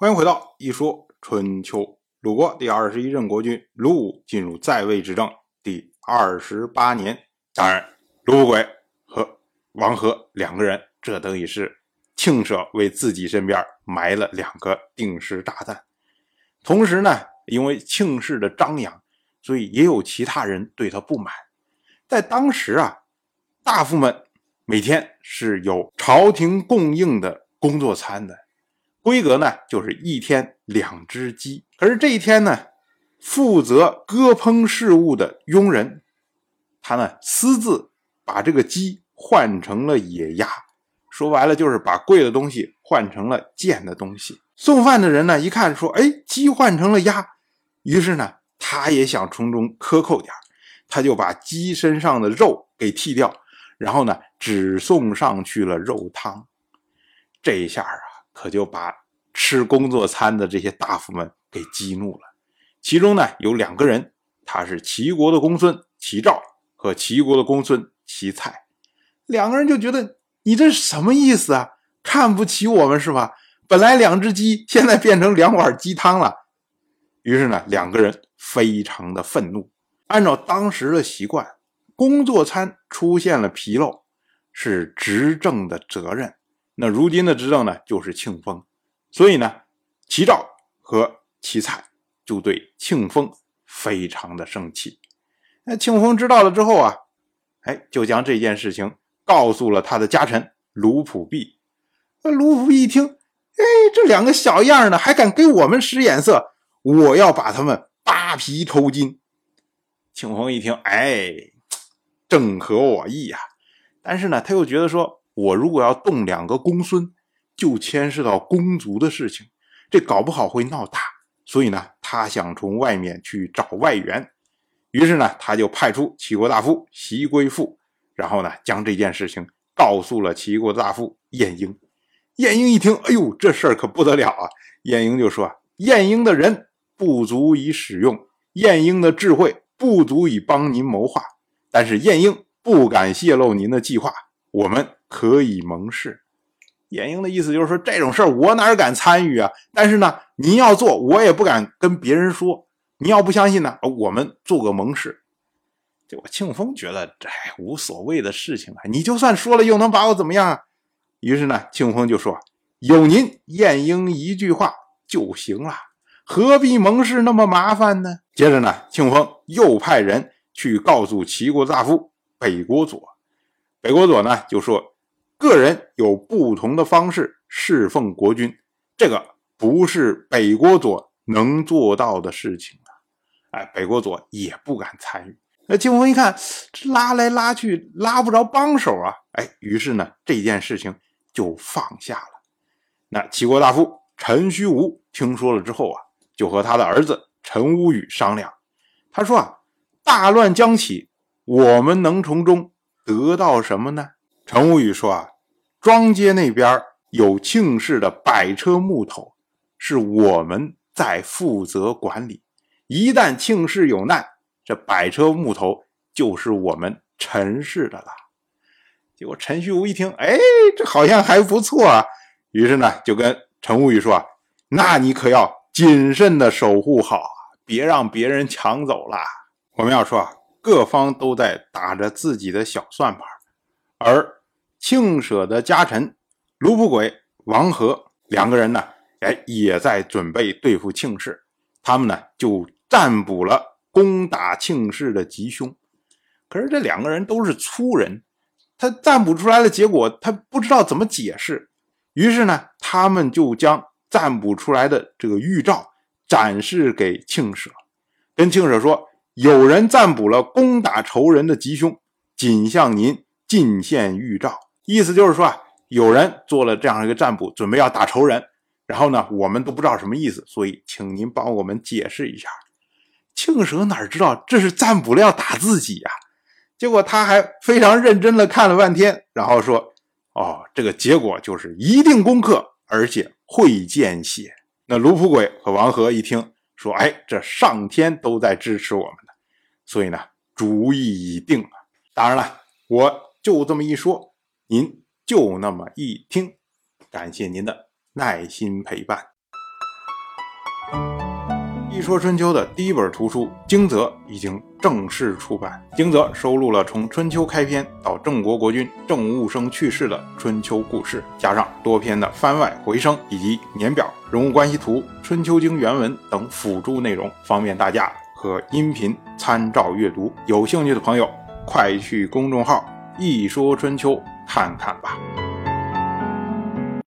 欢迎回到一说春秋。鲁国第21任国君鲁武进入在位执政第28年，当然鲁不轨和王和两个人，这等于是庆舍为自己身边埋了2个定时炸弹。同时呢，因为庆氏的张扬，所以也有其他人对他不满。在当时啊，大夫们每天是有朝廷供应的工作餐的，规格呢就是1天2只鸡。可是这一天呢，负责割烹事务的佣人，他呢私自把这个鸡换成了野鸭，说白了就是把贵的东西换成了贱的东西。送饭的人呢一看说，鸡换成了鸭，于是呢他也想从中克扣点，他就把鸡身上的肉给剔掉，然后呢只送上去了肉汤。这一下啊，可就把吃工作餐的这些大夫们给激怒了。其中呢有2个人，他是齐国的公孙齐赵和齐国的公孙齐蔡。2个人就觉得你这是什么意思啊？看不起我们是吧？本来2只鸡，现在变成2碗鸡汤了。于是呢2个人非常的愤怒。按照当时的习惯，工作餐出现了纰漏是执政的责任，那如今的执政呢就是庆丰，所以呢齐赵和齐蔡就对庆丰非常的生气。那庆丰知道了之后啊，就将这件事情告诉了他的家臣卢普弼。卢普弼一听，这2个小样的还敢给我们使眼色，我要把他们扒皮抽筋。庆丰一听，正合我意啊。但是呢他又觉得说，我如果要动2个公孙，就牵涉到公族的事情，这搞不好会闹大，所以呢他想从外面去找外援。于是呢他就派出齐国大夫袭归父，然后呢将这件事情告诉了齐国大夫晏婴。晏婴一听，这事儿可不得了啊。晏婴就说，晏婴的人不足以使用，晏婴的智慧不足以帮您谋划，但是晏婴不敢泄露您的计划，我们可以盟誓。晏婴的意思就是说，这种事儿我哪敢参与啊？但是呢您要做，我也不敢跟别人说，你要不相信呢，我们做个盟誓。结果庆丰觉得这无所谓的事情啊，你就算说了又能把我怎么样啊？于是呢庆丰就说，有您晏婴一句话就行了，何必盟誓那么麻烦呢？接着呢庆丰又派人去告诉齐国大夫北国佐。北国佐呢就说，个人有不同的方式侍奉国君，这个不是北国佐能做到的事情啊。北国佐也不敢参与。那庆丰一看，拉来拉去拉不着帮手啊，于是呢这件事情就放下了。那齐国大夫陈虚吴听说了之后啊，就和他的儿子陈乌宇商量。他说啊，大乱将起，我们能从中得到什么呢？陈乌宇说啊，庄街那边有庆氏的100车木头，是我们在负责管理，一旦庆氏有难，这100车木头就是我们陈氏的了。结果陈虚吴一听，这好像还不错啊。于是呢就跟陈无宇说啊，那你可要谨慎的守护好，别让别人抢走了。我们要说啊，各方都在打着自己的小算盘，而庆舍的家臣卢不轨、王和2个人呢，也在准备对付庆氏。他们呢就占卜了攻打庆氏的吉凶。可是这2个人都是粗人，他占卜出来的结果他不知道怎么解释。于是呢他们就将占卜出来的这个预兆展示给庆舍，跟庆舍说，有人占卜了攻打仇人的吉凶，仅向您进献预兆。意思就是说啊，有人做了这样一个占卜，准备要打仇人，然后呢我们都不知道什么意思，所以请您帮我们解释一下。庆舍哪知道这是占卜了要打自己啊？结果他还非常认真的看了半天，然后说，这个结果就是一定攻克，而且会见血。那卢普轨和王和一听说，这上天都在支持我们的，所以呢主意已定了。当然了，我就这么一说，您就那么一听，感谢您的耐心陪伴。 一说春秋的第一本图书《惊泽》已经正式出版。《惊泽》收录了从春秋开篇到郑国国君郑务生去世的春秋故事，加上多篇的番外回声以及年表、人物关系图、春秋经原文等辅助内容，方便大家和音频参照阅读。有兴趣的朋友快去公众号一说春秋看看吧。